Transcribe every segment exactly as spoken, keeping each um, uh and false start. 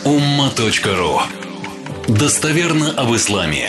умма точка ру. Достоверно об исламе.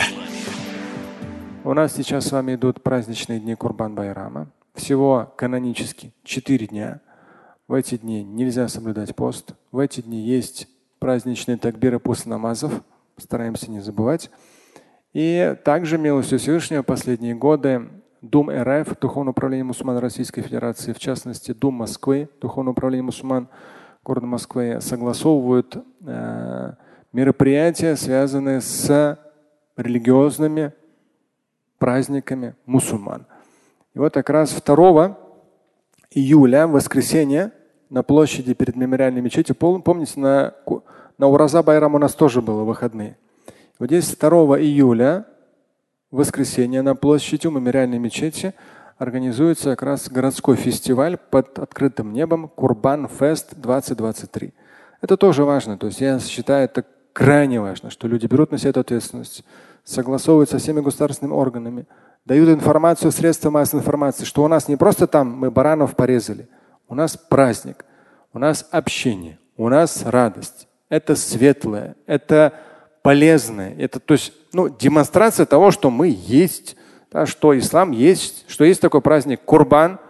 У нас сейчас с вами идут праздничные дни Курбан-Байрама. Всего канонически четыре дня. В эти дни нельзя соблюдать пост. В эти дни есть праздничные такбиры после намазов. Стараемся не забывать. И также, милостью Всевышнего, последние годы Дум РФ, Духовное управление мусульман Российской Федерации, в частности Дум Москвы, Духовное управление мусульман города Москвы, согласовывают э, мероприятия, связанные с религиозными праздниками мусульман. И вот как раз второго июля, в воскресенье, на площади перед мемориальной мечетью, помните, на, на Ураза Байрам у нас тоже было выходные. Вот здесь второго июля, в воскресенье, на площади у мемориальной мечети организуется как раз городской фестиваль под открытым небом Курбан Фест двадцать двадцать три. Это тоже важно. То есть я считаю, это крайне важно, что люди берут на себя эту ответственность, согласовывают со всеми государственными органами, дают информацию в средства массовой информации, что у нас не просто там мы баранов порезали, у нас праздник, у нас общение, у нас радость. Это светлое, это полезное, это то есть, ну, демонстрация того, что мы есть. Да, что ислам есть, что есть такой праздник Курбан.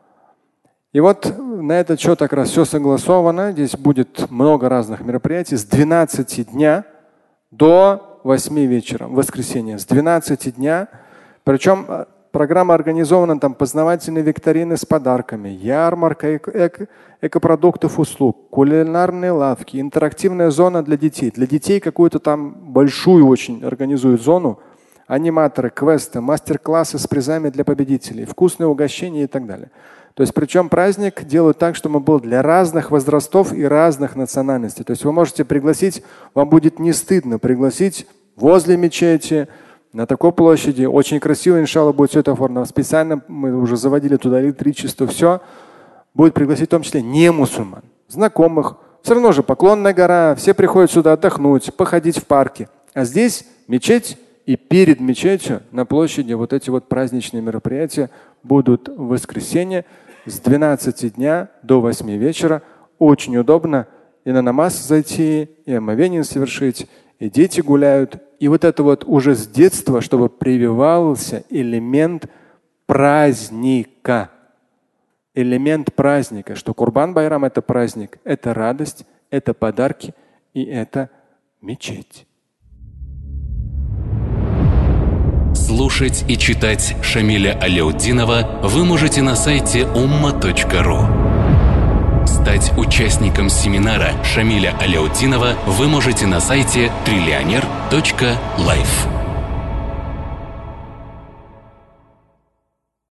И вот на этот счет как раз все согласовано. Здесь будет много разных мероприятий с двенадцати дня до восьми вечера, в воскресенье. С двенадцати дня. Причем программа организована, там познавательные викторины с подарками, ярмарка эко, эко, экопродуктов, услуг, кулинарные лавки, интерактивная зона для детей. Для детей какую-то там большую очень организуют зону. Аниматоры, квесты, мастер-классы с призами для победителей, вкусные угощения и так далее. То есть причем праздник делают так, чтобы был для разных возрастов и разных национальностей. То есть вы можете пригласить, вам будет не стыдно пригласить возле мечети, на такой площади. Очень красиво, иншалла, будет все это оформлено. Специально мы уже заводили туда электричество, все. Будет пригласить в том числе не мусульман, знакомых. Все равно же Поклонная гора, все приходят сюда отдохнуть, походить в парке. А здесь мечеть. И перед мечетью на площади вот эти вот праздничные мероприятия будут в воскресенье с двенадцати дня до восьми вечера. Очень удобно и на намаз зайти, и омовение совершить, и дети гуляют. И вот это вот уже с детства, чтобы прививался элемент праздника. Элемент праздника, что Курбан-Байрам – это праздник, это радость, это подарки и это мечеть. Слушать и читать Шамиля Аляутдинова вы можете на сайте умма точка ру. Стать участником семинара Шамиля Аляутдинова вы можете на сайте триллионер точка лайф.